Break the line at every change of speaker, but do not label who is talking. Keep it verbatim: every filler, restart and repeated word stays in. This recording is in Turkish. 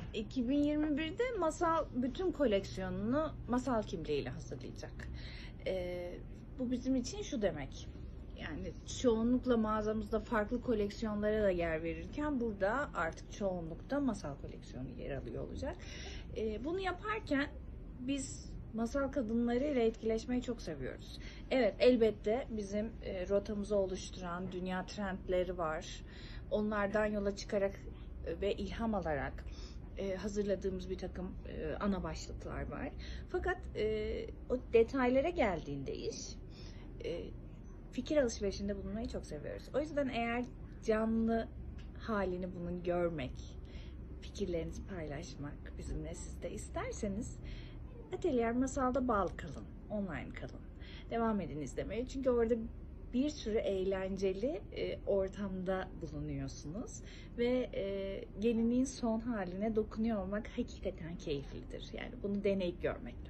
iki bin yirmi birde Masal bütün koleksiyonunu Masal kimliğiyle hazırlayacak. Ee, bu bizim için şu demek. Yani çoğunlukla mağazamızda farklı koleksiyonlara da yer verirken burada artık çoğunlukta Masal koleksiyonu yer alıyor olacak. Ee, bunu yaparken biz masal kadınlarıyla etkileşmeyi çok seviyoruz. Evet, elbette bizim e, rotamızı oluşturan dünya trendleri var. Onlardan yola çıkarak ve ilham alarak e, hazırladığımız bir takım e, ana başlıklar var. Fakat e, o detaylara geldiğinde iş, e, fikir alışverişinde bulunmayı çok seviyoruz. O yüzden eğer canlı halini bunun görmek, fikirlerinizi paylaşmak bizimle siz de isterseniz Atelier Masal'da bağlı kalın, online kalın. Devam edin izlemeye. Çünkü orada bir sürü eğlenceli e, ortamda bulunuyorsunuz ve e, gelinliğin son haline dokunuyor olmak hakikaten keyiflidir. Yani bunu deneyip görmek lazım.